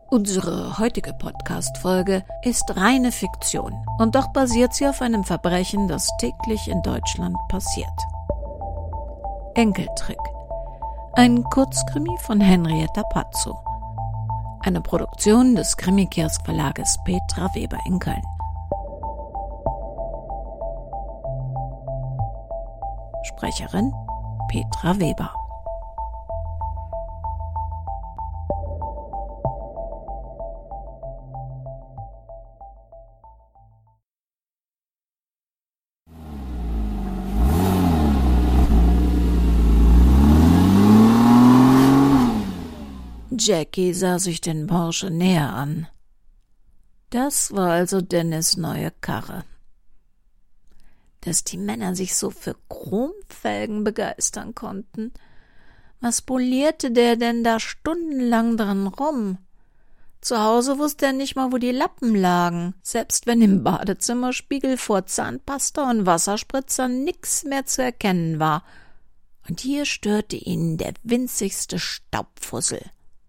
Unsere heutige Podcast-Folge ist reine Fiktion und doch basiert sie auf einem Verbrechen, das täglich in Deutschland passiert. Enkeltrick. Ein Kurzkrimi von Henrietta Pazzo. Eine Produktion des Krimi-Kiosk-Verlages Petra Weber in Köln. Sprecherin Petra Weber. Jackie sah sich den Porsche näher an. Das war also Dennis' neue Karre. Dass die Männer sich so für Chromfelgen begeistern konnten. Was polierte der denn da stundenlang dran rum? Zu Hause wusste er nicht mal, wo die Lappen lagen, selbst wenn im Badezimmerspiegel vor Zahnpasta und Wasserspritzer nix mehr zu erkennen war. Und hier störte ihn der winzigste Staubfussel.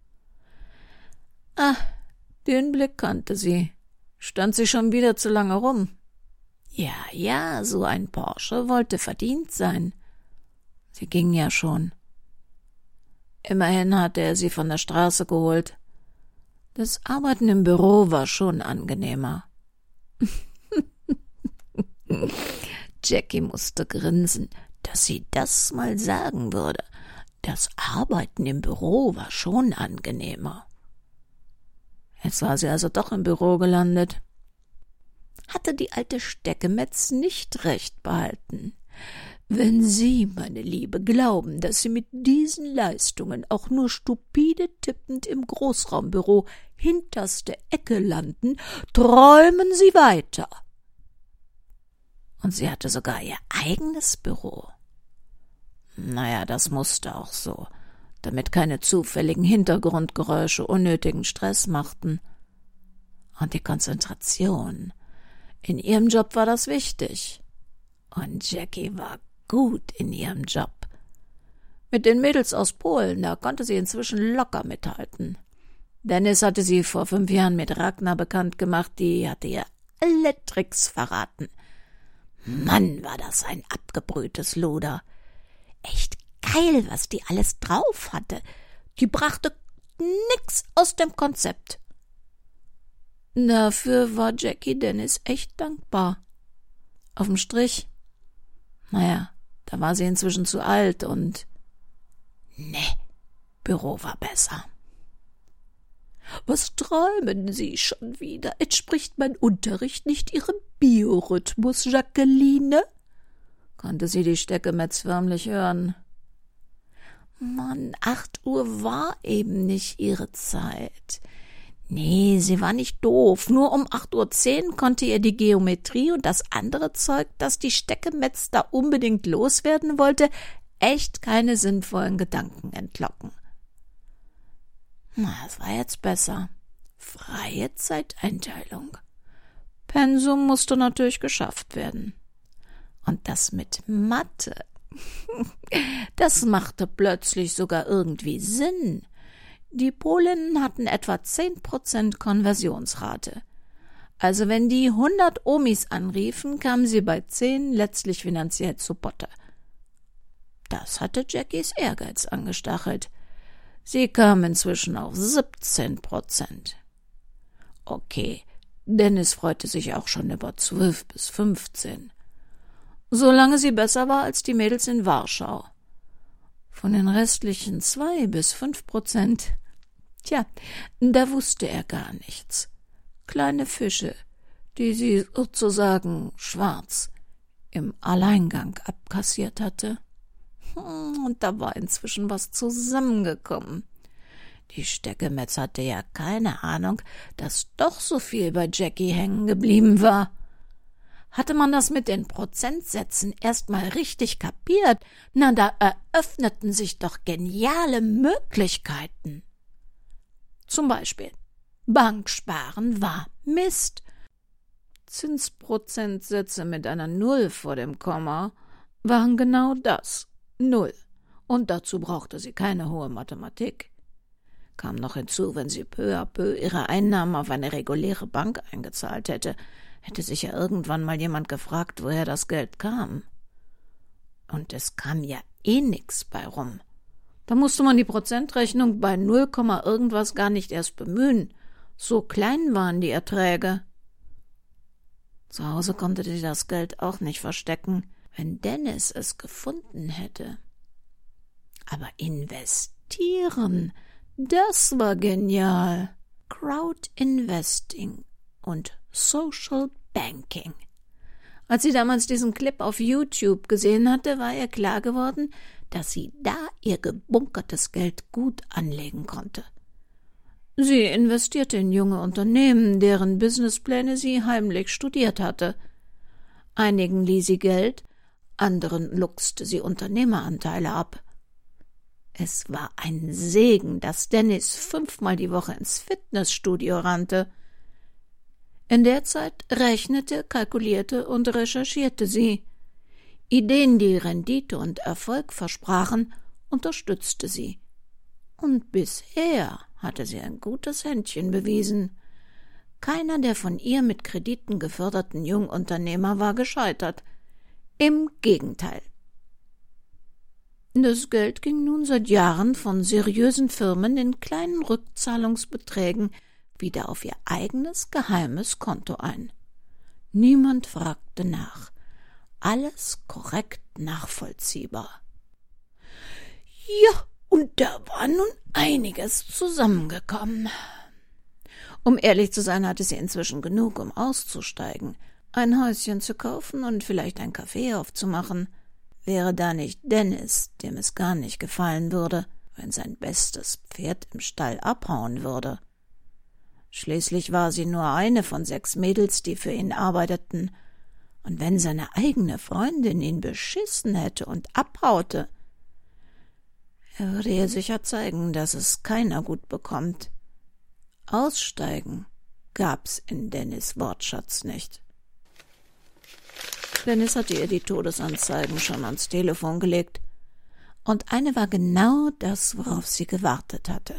Den Blick kannte sie. Stand sie schon wieder zu lange rum. Ja, so ein Porsche wollte verdient sein. Sie ging ja schon. Immerhin hatte er sie von der Straße geholt. Das Arbeiten im Büro war schon angenehmer. Jackie musste grinsen, dass sie das mal sagen würde. Das Arbeiten im Büro war schon angenehmer. Jetzt war sie also doch im Büro gelandet. Hatte die alte Steckemetz nicht recht behalten? Wenn Sie, meine Liebe, glauben, dass Sie mit diesen Leistungen auch nur stupide tippend im Großraumbüro hinterste Ecke landen, träumen Sie weiter. Und sie hatte sogar ihr eigenes Büro. Naja, das musste auch so, damit keine zufälligen Hintergrundgeräusche unnötigen Stress machten. Und die Konzentration. In ihrem Job war das wichtig. Und Jackie war gut in ihrem Job. Mit den Mädels aus Polen, da konnte sie inzwischen locker mithalten. Dennis hatte sie vor 5 Jahren mit Ragnar bekannt gemacht, die hatte ihr alle Tricks verraten. Mann, war das ein abgebrühtes Luder. Echt geil, was die alles drauf hatte. Die brachte nix aus dem Konzept. Dafür war Jackie Dennis echt dankbar. Auf dem Strich. Naja, da war sie inzwischen zu alt und... Büro war besser. Was träumen Sie schon wieder? Entspricht mein Unterricht nicht Ihrem Biorhythmus, Jacqueline? Konnte sie die Steckemetz förmlich hören. Mann, 8 Uhr war eben nicht ihre Zeit. Nee, sie war nicht doof. Nur um 8:10 Uhr konnte ihr die Geometrie und das andere Zeug, das die Steckemetz da unbedingt loswerden wollte, echt keine sinnvollen Gedanken entlocken. Es war jetzt besser. Freie Zeiteinteilung. Pensum musste natürlich geschafft werden. Und das mit Mathe, das machte plötzlich sogar irgendwie Sinn. Die Polinnen hatten etwa 10% Konversionsrate. Also wenn die 100 Omis anriefen, kamen sie bei 10 letztlich finanziell zu Potte. Das hatte Jackies Ehrgeiz angestachelt. Sie kam inzwischen auf 17%. Okay, Dennis freute sich auch schon über 12 bis 15. Solange sie besser war als die Mädels in Warschau. Von den restlichen 2 bis 5%, da wusste er gar nichts. Kleine Fische, die sie sozusagen schwarz im Alleingang abkassiert hatte. Und da war inzwischen was zusammengekommen. Die Steckemetz hatte ja keine Ahnung, dass doch so viel bei Jackie hängen geblieben war. Hatte man das mit den Prozentsätzen erst mal richtig kapiert, da eröffneten sich doch geniale Möglichkeiten. Zum Beispiel, Banksparen war Mist. Zinsprozentsätze mit einer 0 vor dem Komma waren genau das, 0. Und dazu brauchte sie keine hohe Mathematik. Kam noch hinzu, wenn sie peu à peu ihre Einnahmen auf eine reguläre Bank eingezahlt hätte, hätte sich ja irgendwann mal jemand gefragt, woher das Geld kam. Und es kam ja eh nix bei rum. Da musste man die Prozentrechnung bei 0, irgendwas gar nicht erst bemühen. So klein waren die Erträge. Zu Hause konnte sie das Geld auch nicht verstecken, wenn Dennis es gefunden hätte. Aber investieren, das war genial. Crowd-Investing und Social Banking. Als sie damals diesen Clip auf YouTube gesehen hatte, war ihr klar geworden, dass sie da ihr gebunkertes Geld gut anlegen konnte. Sie investierte in junge Unternehmen, deren Businesspläne sie heimlich studiert hatte. Einigen lieh sie Geld, anderen luchste sie Unternehmeranteile ab. Es war ein Segen, dass Dennis 5-mal die Woche ins Fitnessstudio rannte. In der Zeit rechnete, kalkulierte und recherchierte sie. Ideen, die Rendite und Erfolg versprachen, unterstützte sie. Und bisher hatte sie ein gutes Händchen bewiesen. Keiner der von ihr mit Krediten geförderten Jungunternehmer war gescheitert. Im Gegenteil. Das Geld ging nun seit Jahren von seriösen Firmen in kleinen Rückzahlungsbeträgen wieder auf ihr eigenes geheimes Konto ein. Niemand fragte nach. Alles korrekt nachvollziehbar. Ja, und da war nun einiges zusammengekommen. Um ehrlich zu sein, hatte sie inzwischen genug, um auszusteigen, ein Häuschen zu kaufen und vielleicht ein Café aufzumachen. Wäre da nicht Dennis, dem es gar nicht gefallen würde, wenn sein bestes Pferd im Stall abhauen würde. Schließlich war sie nur eine von 6 Mädels, die für ihn arbeiteten, und wenn seine eigene Freundin ihn beschissen hätte und abhaute, er würde ihr sicher zeigen, dass es keiner gut bekommt. Aussteigen gab's in Dennis' Wortschatz nicht. Dennis hatte ihr die Todesanzeigen schon ans Telefon gelegt, und eine war genau das, worauf sie gewartet hatte.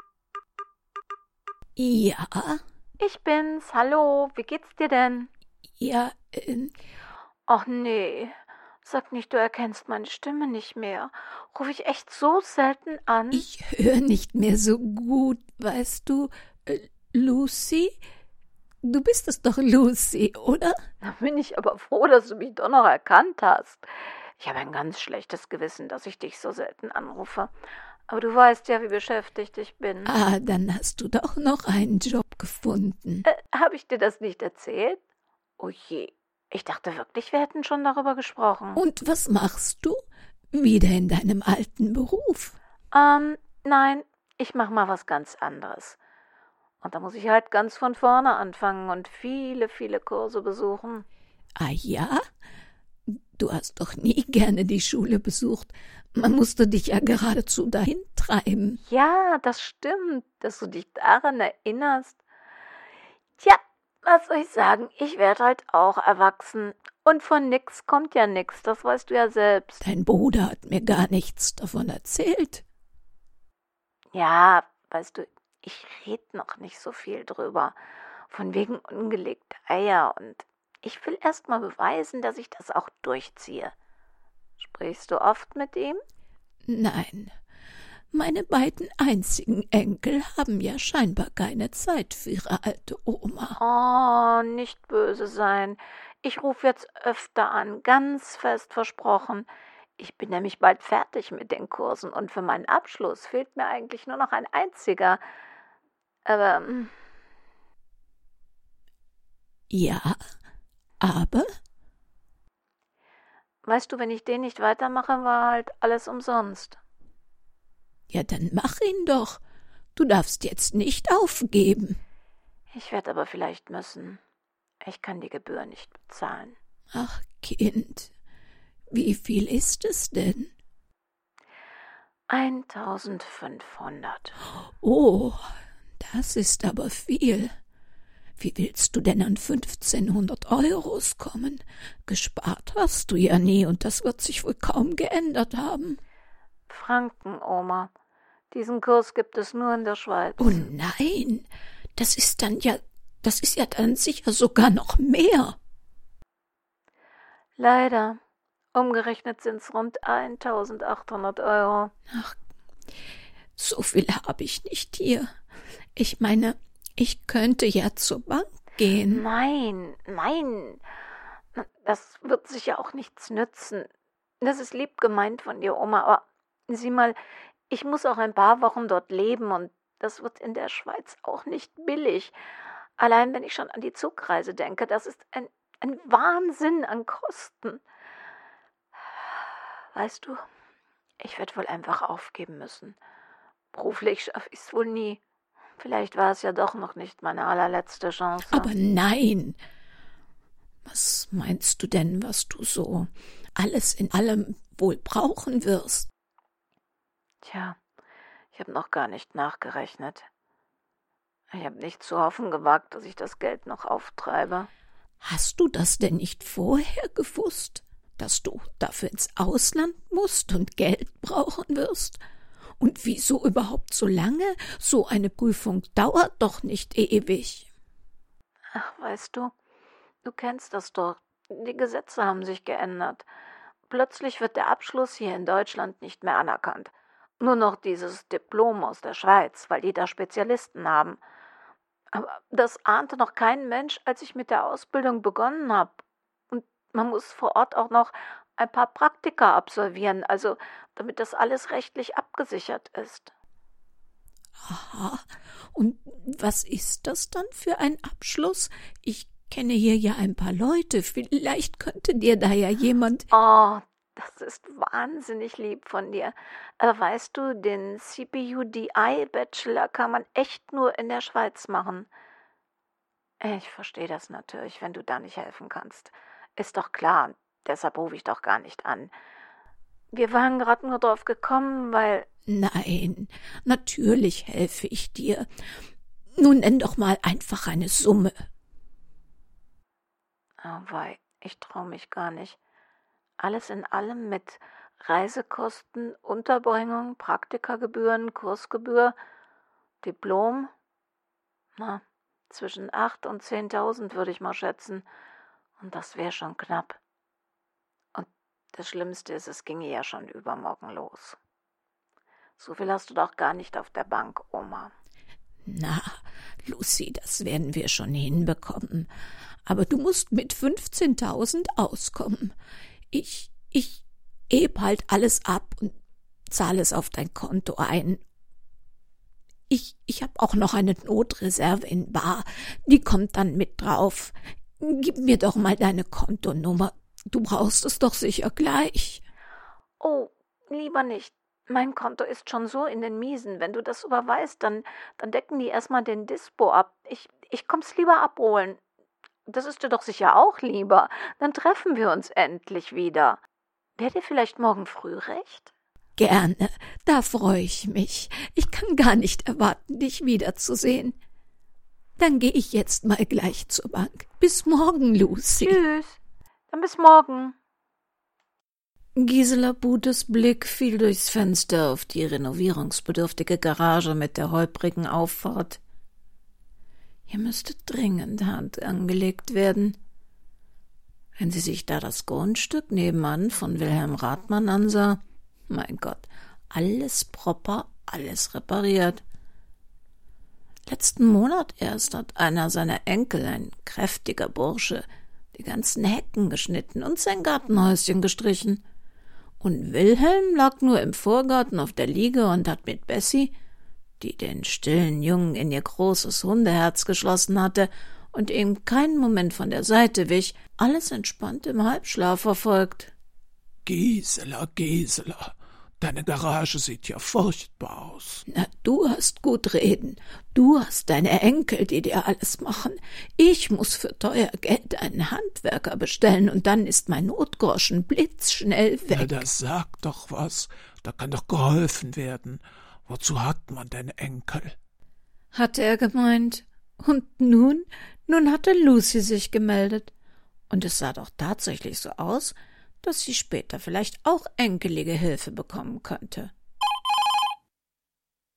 Ja? Ich bin's. Hallo, wie geht's dir denn? Ja, Ach nee, sag nicht, du erkennst meine Stimme nicht mehr. Ruf ich echt so selten an? ich höre nicht mehr so gut, weißt du, Lucy? Du bist es doch, Lucy, oder? Da bin ich aber froh, dass du mich doch noch erkannt hast. Ich habe ein ganz schlechtes Gewissen, dass ich dich so selten anrufe. Aber du weißt ja, wie beschäftigt ich bin. Ah, dann hast du doch noch einen Job gefunden. Habe ich dir das nicht erzählt? Oh je, ich dachte wirklich, wir hätten schon darüber gesprochen. Und was machst du? Wieder in deinem alten Beruf? Nein, ich mach mal was ganz anderes. Und da muss ich halt ganz von vorne anfangen und viele, viele Kurse besuchen. Ah ja? Du hast doch nie gerne die Schule besucht. Man musste dich ja geradezu dahin treiben. Ja, das stimmt, dass du dich daran erinnerst. Tja, was soll ich sagen, ich werde halt auch erwachsen. Und von nix kommt ja nix, das weißt du ja selbst. Dein Bruder hat mir gar nichts davon erzählt. Ja, weißt du, ich red noch nicht so viel drüber. Von wegen ungelegte Eier, und ich will erst mal beweisen, dass ich das auch durchziehe. Sprichst du oft mit ihm? Nein, meine beiden einzigen Enkel haben ja scheinbar keine Zeit für ihre alte Oma. Oh, nicht böse sein. Ich rufe jetzt öfter an, ganz fest versprochen. Ich bin nämlich bald fertig mit den Kursen und für meinen Abschluss fehlt mir eigentlich nur noch ein einziger. Aber Ja, aber? weißt du, wenn ich den nicht weitermache, war halt alles umsonst. Ja, dann mach ihn doch. Du darfst jetzt nicht aufgeben. Ich werde aber vielleicht müssen. Ich kann die Gebühr nicht bezahlen. Ach, Kind, wie viel ist es denn? 1500. Oh, das ist aber viel. Wie willst du denn an 1500 Euros kommen? Gespart hast du ja nie, und das wird sich wohl kaum geändert haben. Franken, Oma. Diesen Kurs gibt es nur in der Schweiz. Oh nein, das ist ja dann sicher sogar noch mehr. Leider. Umgerechnet sind es rund 1.800 Euro. Ach, so viel habe ich nicht hier. Ich meine, ich könnte ja zur Bank gehen. Nein. Das wird sicher auch nichts nützen. Das ist lieb gemeint von dir, Oma, aber sieh mal, ich muss auch ein paar Wochen dort leben und das wird in der Schweiz auch nicht billig. Allein wenn ich schon an die Zugreise denke, das ist ein Wahnsinn an Kosten. Weißt du, ich werde wohl einfach aufgeben müssen. Beruflich schaffe ich es wohl nie. Vielleicht war es ja doch noch nicht meine allerletzte Chance. Aber nein. Was meinst du denn, was du so alles in allem wohl brauchen wirst? Tja, ich habe noch gar nicht nachgerechnet. Ich habe nicht zu hoffen gewagt, dass ich das Geld noch auftreibe. Hast du das denn nicht vorher gewusst, dass du dafür ins Ausland musst und Geld brauchen wirst? Und wieso überhaupt so lange? So eine Prüfung dauert doch nicht ewig. Ach, weißt du kennst das doch. Die Gesetze haben sich geändert. Plötzlich wird der Abschluss hier in Deutschland nicht mehr anerkannt. Nur noch dieses Diplom aus der Schweiz, weil die da Spezialisten haben. Aber das ahnte noch kein Mensch, als ich mit der Ausbildung begonnen habe. Und man muss vor Ort auch noch ein paar Praktika absolvieren, also damit das alles rechtlich abgesichert ist. Aha, und was ist das dann für ein Abschluss? Ich kenne hier ja ein paar Leute, vielleicht könnte dir da ja jemand... Oh, das ist wahnsinnig lieb von dir. Aber weißt du, den CPUDI-Bachelor kann man echt nur in der Schweiz machen. Ich verstehe das natürlich, wenn du da nicht helfen kannst. Ist doch klar, deshalb rufe ich doch gar nicht an. Wir waren gerade nur drauf gekommen, weil... Nein, natürlich helfe ich dir. Nun nenn doch mal einfach eine Summe. Oh wei, ich traue mich gar nicht. Alles in allem mit Reisekosten, Unterbringung, Praktikagebühren, Kursgebühr, Diplom. Zwischen 8.000 und 10.000 würde ich mal schätzen. Und das wäre schon knapp. Und das Schlimmste ist, es ginge ja schon übermorgen los. So viel hast du doch gar nicht auf der Bank, Oma. Na, Lucy, das werden wir schon hinbekommen. Aber du musst mit 15.000 auskommen. Ich heb halt alles ab und zahle es auf dein Konto ein. Ich habe auch noch eine Notreserve in bar, die kommt dann mit drauf. Gib mir doch mal deine Kontonummer. Du brauchst es doch sicher gleich. Oh, lieber nicht. Mein Konto ist schon so in den Miesen. Wenn du das überweist, dann decken die erstmal den Dispo ab. Ich komm's lieber abholen. Das ist dir doch sicher auch lieber. Dann treffen wir uns endlich wieder. Wäre dir vielleicht morgen früh recht? Gerne, da freue ich mich. Ich kann gar nicht erwarten, dich wiederzusehen. Dann gehe ich jetzt mal gleich zur Bank. Bis morgen, Lucy. Tschüss. Dann bis morgen. Gisela Butes Blick fiel durchs Fenster auf die renovierungsbedürftige Garage mit der holprigen Auffahrt. Hier müsste dringend Hand angelegt werden. Wenn sie sich da das Grundstück nebenan von Wilhelm Rathmann ansah, mein Gott, alles proper, alles repariert. Letzten Monat erst hat einer seiner Enkel, ein kräftiger Bursche, die ganzen Hecken geschnitten und sein Gartenhäuschen gestrichen. Und Wilhelm lag nur im Vorgarten auf der Liege und hat mit Bessie, die den stillen Jungen in ihr großes Hundeherz geschlossen hatte und ihm keinen Moment von der Seite wich, alles entspannt im Halbschlaf verfolgt. Gisela, deine Garage sieht ja furchtbar aus. Na, du hast gut reden. Du hast deine Enkel, die dir alles machen. Ich muss für teuer Geld einen Handwerker bestellen und dann ist mein Notgroschen blitzschnell weg. Na, das sagt doch was. Da kann doch geholfen werden. Wozu hat man denn Enkel? Hatte er gemeint. Und nun hatte Lucy sich gemeldet. Und es sah doch tatsächlich so aus, dass sie später vielleicht auch enkelige Hilfe bekommen könnte.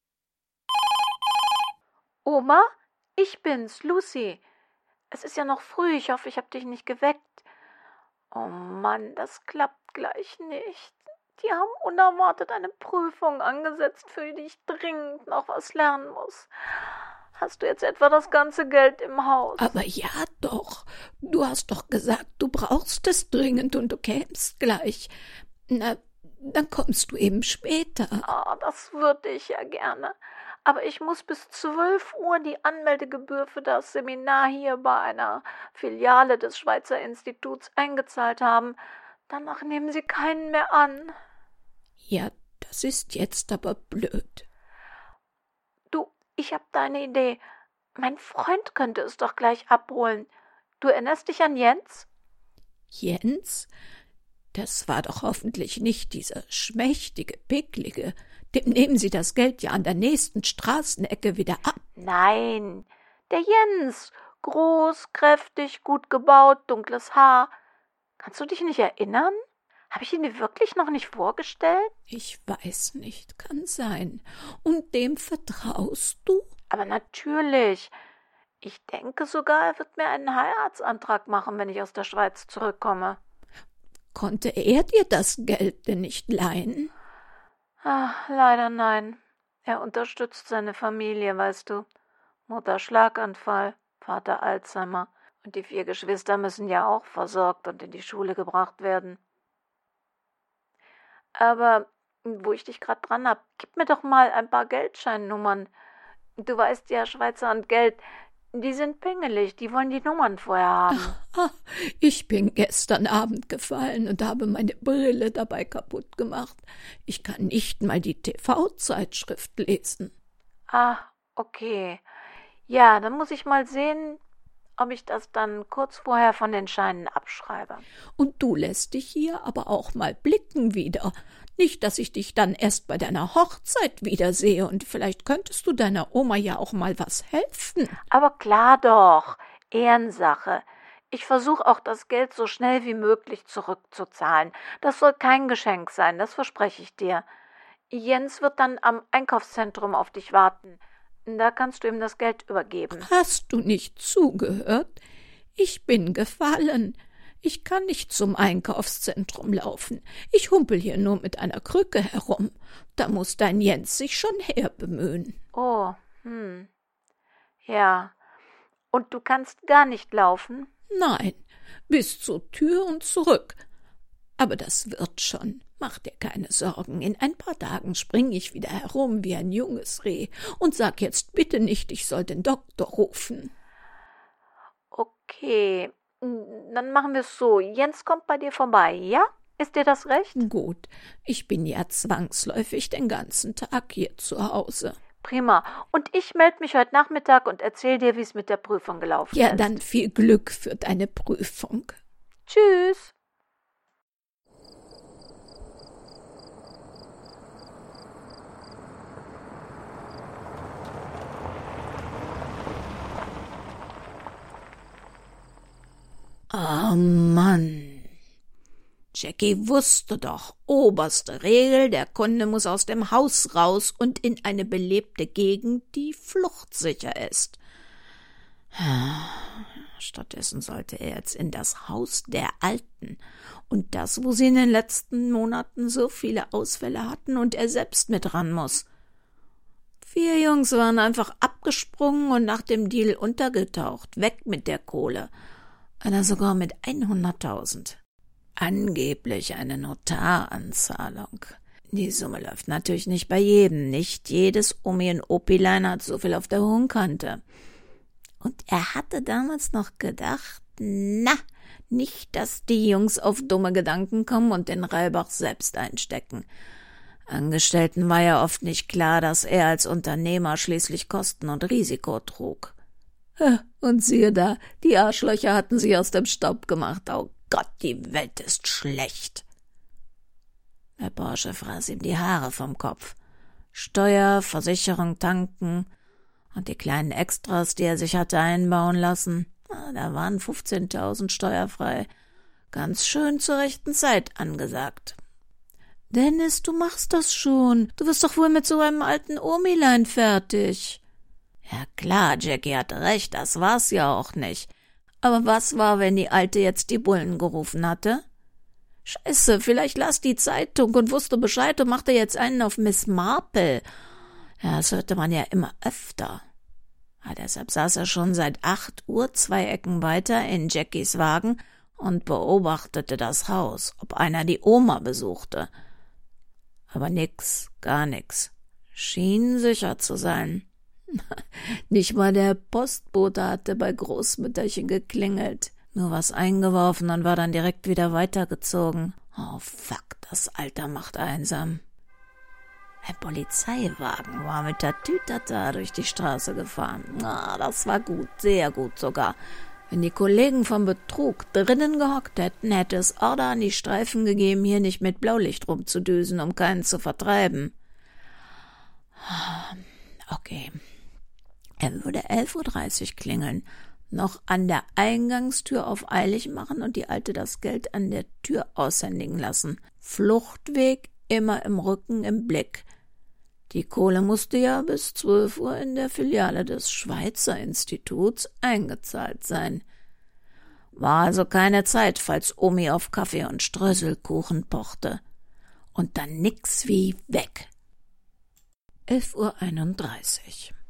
Oma, ich bin's, Lucy. Es ist ja noch früh, ich hoffe, ich habe dich nicht geweckt. Oh Mann, das klappt gleich nicht. Die haben unerwartet eine Prüfung angesetzt, für die ich dringend noch was lernen muss. Hast du jetzt etwa das ganze Geld im Haus? Aber ja doch, du hast doch gesagt, du brauchst es dringend und du kämst gleich. Na, dann kommst du eben später. Ah, das würde ich ja gerne. Aber ich muss bis 12 Uhr die Anmeldegebühr für das Seminar hier bei einer Filiale des Schweizer Instituts eingezahlt haben. Danach nehmen sie keinen mehr an. Ja, das ist jetzt aber blöd. Du, ich hab da eine Idee. Mein Freund könnte es doch gleich abholen. Du erinnerst dich an Jens? Jens? Das war doch hoffentlich nicht dieser schmächtige, picklige. Dem nehmen Sie das Geld ja an der nächsten Straßenecke wieder ab. Nein, der Jens. Groß, kräftig, gut gebaut, dunkles Haar. Kannst du dich nicht erinnern? Habe ich ihn dir wirklich noch nicht vorgestellt? Ich weiß nicht, kann sein. Und dem vertraust du? Aber natürlich. Ich denke sogar, er wird mir einen Heiratsantrag machen, wenn ich aus der Schweiz zurückkomme. Konnte er dir das Geld denn nicht leihen? Ach, leider nein. Er unterstützt seine Familie, weißt du. Mutter Schlaganfall, Vater Alzheimer. Und die 4 Geschwister müssen ja auch versorgt und in die Schule gebracht werden. Aber wo ich dich gerade dran hab, gib mir doch mal ein paar Geldscheinnummern. Du weißt ja, Schweizer und Geld, die sind pingelig, die wollen die Nummern vorher haben. Ich bin gestern Abend gefallen und habe meine Brille dabei kaputt gemacht. Ich kann nicht mal die TV-Zeitschrift lesen. Ah, okay. Ja, dann muss ich mal sehen, ob ich das dann kurz vorher von den Scheinen abschreibe. Und du lässt dich hier aber auch mal blicken wieder. Nicht, dass ich dich dann erst bei deiner Hochzeit wiedersehe, und vielleicht könntest du deiner Oma ja auch mal was helfen. Aber klar doch, Ehrensache. Ich versuche auch, das Geld so schnell wie möglich zurückzuzahlen. Das soll kein Geschenk sein, das verspreche ich dir. Jens wird dann am Einkaufszentrum auf dich warten. Da kannst du ihm das Geld übergeben. Hast du nicht zugehört? Ich bin gefallen. Ich kann nicht zum Einkaufszentrum laufen. Ich humpel hier nur mit einer Krücke herum. Da muss dein Jens sich schon herbemühen. Oh, ja. Und du kannst gar nicht laufen? Nein, bis zur Tür und zurück. Aber das wird schon. Mach dir keine Sorgen. In ein paar Tagen spring ich wieder herum wie ein junges Reh. Und sag jetzt bitte nicht, ich soll den Doktor rufen. Okay, dann machen wir es so. Jens kommt bei dir vorbei, ja? Ist dir das recht? Gut, ich bin ja zwangsläufig den ganzen Tag hier zu Hause. Prima. Und ich melde mich heute Nachmittag und erzähle dir, wie es mit der Prüfung gelaufen ist. Ja, dann viel Glück für deine Prüfung. Tschüss. Oh Mann. Jackie wusste doch, oberste Regel, der Kunde muss aus dem Haus raus und in eine belebte Gegend, die fluchtsicher ist. Stattdessen sollte er jetzt in das Haus der Alten. Und das, wo sie in den letzten Monaten so viele Ausfälle hatten und er selbst mit ran muss. 4 Jungs waren einfach abgesprungen und nach dem Deal untergetaucht. Weg mit der Kohle. Einer sogar mit 100.000. Angeblich eine Notaranzahlung. Die Summe läuft natürlich nicht bei jedem. Nicht jedes Omi- und Opilein hat so viel auf der Hohenkante. Und er hatte damals noch gedacht, nicht, dass die Jungs auf dumme Gedanken kommen und den Reibach selbst einstecken. Angestellten war ja oft nicht klar, dass er als Unternehmer schließlich Kosten und Risiko trug. Und siehe da, die Arschlöcher hatten sie aus dem Staub gemacht. Oh Gott, die Welt ist schlecht. Der Bursche fraß ihm die Haare vom Kopf. Steuer, Versicherung, Tanken und die kleinen Extras, die er sich hatte einbauen lassen. Da waren 15.000 steuerfrei. Ganz schön zur rechten Zeit angesagt. Dennis, du machst das schon. Du wirst doch wohl mit so einem alten Omilein fertig. Ja klar, Jackie hatte recht, das war's ja auch nicht. Aber was war, wenn die Alte jetzt die Bullen gerufen hatte? Scheiße, vielleicht las die Zeitung und wusste Bescheid und machte jetzt einen auf Miss Marple. Ja, das hörte man ja immer öfter. Ja, deshalb saß er schon seit 8 Uhr 2 Ecken weiter in Jackies Wagen und beobachtete das Haus, ob einer die Oma besuchte. Aber nix, gar nix. Schien sicher zu sein. Nicht mal der Postbote hatte bei Großmütterchen geklingelt. Nur was eingeworfen und war dann direkt wieder weitergezogen. Oh fuck, das Alter macht einsam. Ein Polizeiwagen war mit der Tütata durch die Straße gefahren. Na, das war gut, sehr gut sogar. Wenn die Kollegen vom Betrug drinnen gehockt hätten, hätte es Order an die Streifen gegeben, hier nicht mit Blaulicht rumzudüsen, um keinen zu vertreiben. Okay. Er würde 11:30 Uhr klingeln, noch an der Eingangstür auf eilig machen und die Alte das Geld an der Tür aushändigen lassen. Fluchtweg immer im Rücken im Blick. Die Kohle musste ja bis 12 Uhr in der Filiale des Schweizer Instituts eingezahlt sein. War also keine Zeit, falls Omi auf Kaffee und Streuselkuchen pochte. Und dann nix wie weg. 11:31 Uhr.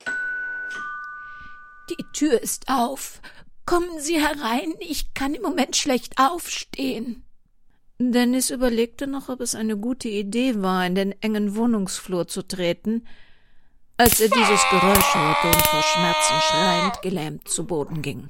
Die Tür ist auf. Kommen Sie herein, ich kann im Moment schlecht aufstehen. Dennis überlegte noch, ob es eine gute Idee war, in den engen Wohnungsflur zu treten, als er dieses Geräusch hörte und vor Schmerzen schreiend gelähmt zu Boden ging.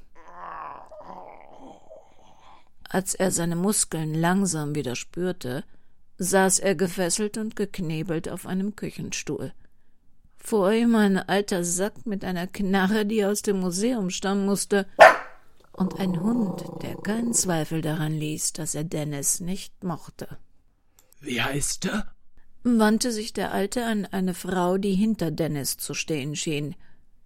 Als er seine Muskeln langsam wieder spürte, saß er gefesselt und geknebelt auf einem Küchenstuhl. Vor ihm ein alter Sack mit einer Knarre, die aus dem Museum stammen musste, und ein Hund, der keinen Zweifel daran ließ, dass er Dennis nicht mochte. »Wie heißt er?« wandte sich der Alte an eine Frau, die hinter Dennis zu stehen schien.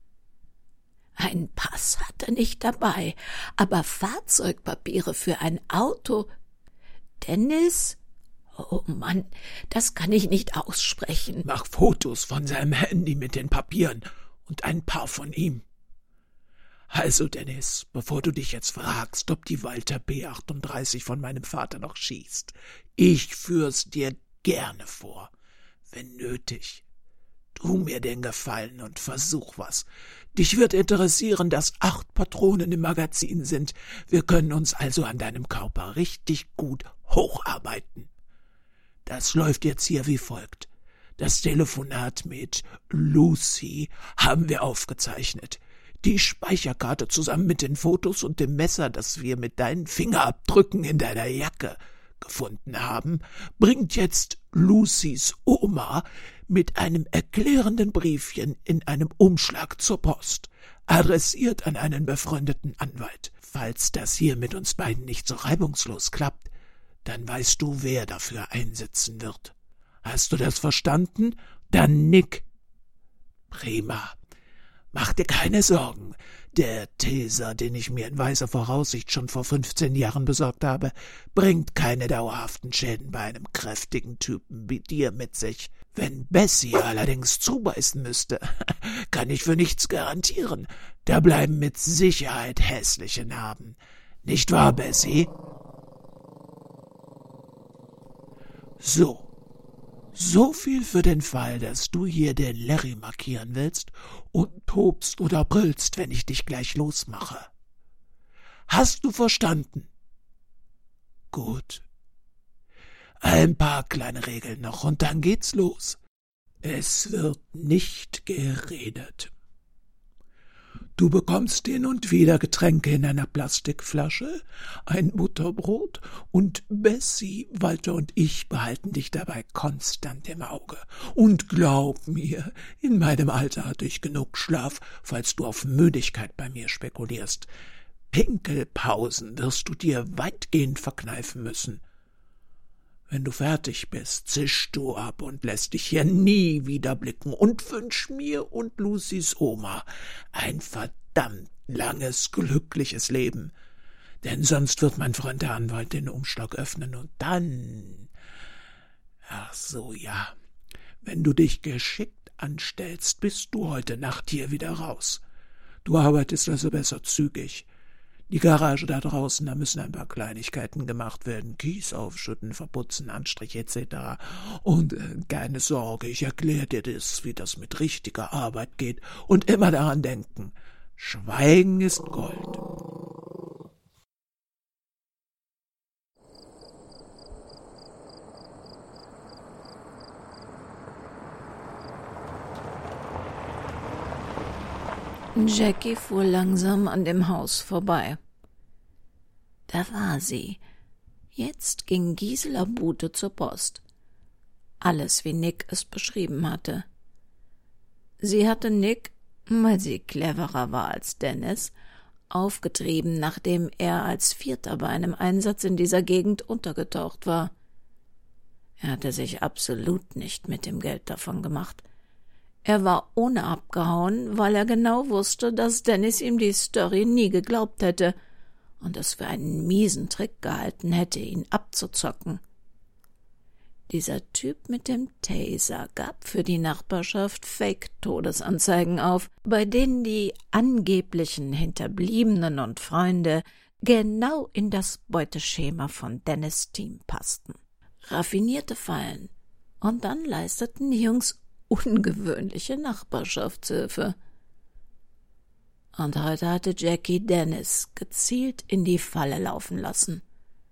Einen Pass hat er nicht dabei, aber Fahrzeugpapiere für ein Auto. Dennis? Oh Mann, das kann ich nicht aussprechen. »Mach Fotos von seinem Handy mit den Papieren und ein paar von ihm. Also, Dennis, bevor du dich jetzt fragst, ob die Walter P38 von meinem Vater noch schießt, ich führ's dir gerne vor, wenn nötig. Tu mir den Gefallen und versuch was. Dich wird interessieren, dass 8 Patronen im Magazin sind. Wir können uns also an deinem Körper richtig gut hocharbeiten. Das läuft jetzt hier wie folgt. Das Telefonat mit Lucy haben wir aufgezeichnet. Die Speicherkarte zusammen mit den Fotos und dem Messer, das wir mit deinen Fingerabdrücken in deiner Jacke gefunden haben, bringt jetzt Lucys Oma mit einem erklärenden Briefchen in einem Umschlag zur Post, adressiert an einen befreundeten Anwalt. Falls das hier mit uns beiden nicht so reibungslos klappt, dann weißt du, wer dafür einsitzen wird. Hast du das verstanden? Dann nick. Prima. Mach dir keine Sorgen. Der Taser, den ich mir in weiser Voraussicht schon vor 15 Jahren besorgt habe, bringt keine dauerhaften Schäden bei einem kräftigen Typen wie dir mit sich. Wenn Bessie allerdings zubeißen müsste, kann ich für nichts garantieren. Da bleiben mit Sicherheit hässliche Narben. Nicht wahr, Bessie? So viel für den Fall, dass du hier den Larry markieren willst und tobst oder brüllst, wenn ich dich gleich losmache. Hast du verstanden? Gut. Ein paar kleine Regeln noch und dann geht's los. Es wird nicht geredet. Du bekommst hin und wieder Getränke in einer Plastikflasche, ein Butterbrot und Bessie, Walter und ich behalten dich dabei konstant im Auge. Und glaub mir, in meinem Alter hatte ich genug Schlaf, falls du auf Müdigkeit bei mir spekulierst. Pinkelpausen wirst du dir weitgehend verkneifen müssen. Wenn du fertig bist, zischst du ab und lässt dich hier nie wieder blicken und wünsch mir und Lucys Oma ein verdammt langes, glückliches Leben. Denn sonst wird mein Freund der Anwalt den Umschlag öffnen und dann... Ach so, ja, wenn du dich geschickt anstellst, bist du heute Nacht hier wieder raus. Du arbeitest also besser zügig. Die Garage da draußen, da müssen ein paar Kleinigkeiten gemacht werden. Kies aufschütten, verputzen, Anstrich etc. Und keine Sorge, ich erkläre dir das, wie das mit richtiger Arbeit geht. Und immer daran denken, Schweigen ist Gold. Jackie fuhr langsam an dem Haus vorbei. Da war sie. Jetzt ging Gisela Bute zur Post. Alles, wie Nick es beschrieben hatte. Sie hatte Nick, weil sie cleverer war als Dennis, aufgetrieben, nachdem er als Vierter bei einem Einsatz in dieser Gegend untergetaucht war. Er hatte sich absolut nicht mit dem Geld davon gemacht. Er war ohne abgehauen, weil er genau wusste, dass Dennis ihm die Story nie geglaubt hätte und es für einen miesen Trick gehalten hätte, ihn abzuzocken. Dieser Typ mit dem Taser gab für die Nachbarschaft Fake-Todesanzeigen auf, bei denen die angeblichen Hinterbliebenen und Freunde genau in das Beuteschema von Dennis' Team passten. Raffinierte Fallen. Und dann leisteten die Jungs ungewöhnliche Nachbarschaftshilfe. Und heute hatte Jackie Dennis gezielt in die Falle laufen lassen.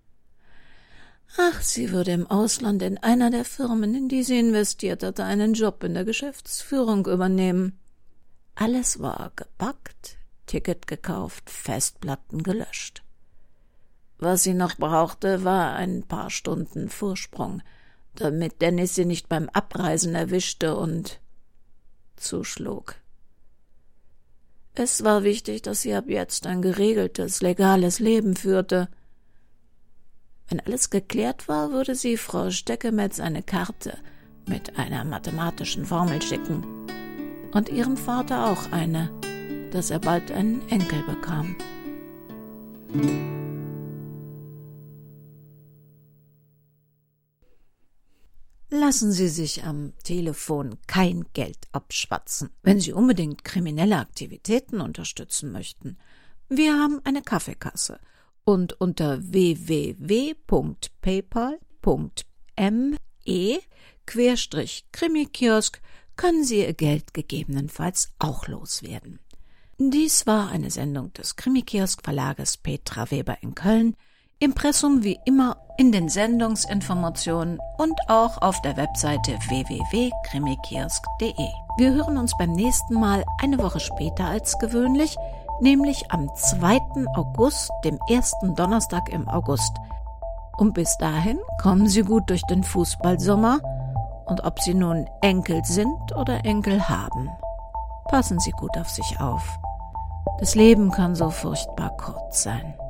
Ach, sie würde im Ausland in einer der Firmen, in die sie investiert hatte, einen Job in der Geschäftsführung übernehmen. Alles war gepackt, Ticket gekauft, Festplatten gelöscht. Was sie noch brauchte, war ein paar Stunden Vorsprung, damit Dennis sie nicht beim Abreisen erwischte und zuschlug. Es war wichtig, dass sie ab jetzt ein geregeltes, legales Leben führte. Wenn alles geklärt war, würde sie Frau Steckemetz eine Karte mit einer mathematischen Formel schicken und ihrem Vater auch eine, dass er bald einen Enkel bekam. Lassen Sie sich am Telefon kein Geld abschwatzen, wenn Sie unbedingt kriminelle Aktivitäten unterstützen möchten. Wir haben eine Kaffeekasse und unter www.paypal.me/Krimikiosk können Sie Ihr Geld gegebenenfalls auch loswerden. Dies war eine Sendung des Krimikiosk-Verlages Petra Weber in Köln. Impressum wie immer in den Sendungsinformationen und auch auf der Webseite www.krimikiosk.de. Wir hören uns beim nächsten Mal eine Woche später als gewöhnlich, nämlich am 2. August, dem ersten Donnerstag im August. Und bis dahin kommen Sie gut durch den Fußballsommer und ob Sie nun Enkel sind oder Enkel haben, passen Sie gut auf sich auf. Das Leben kann so furchtbar kurz sein.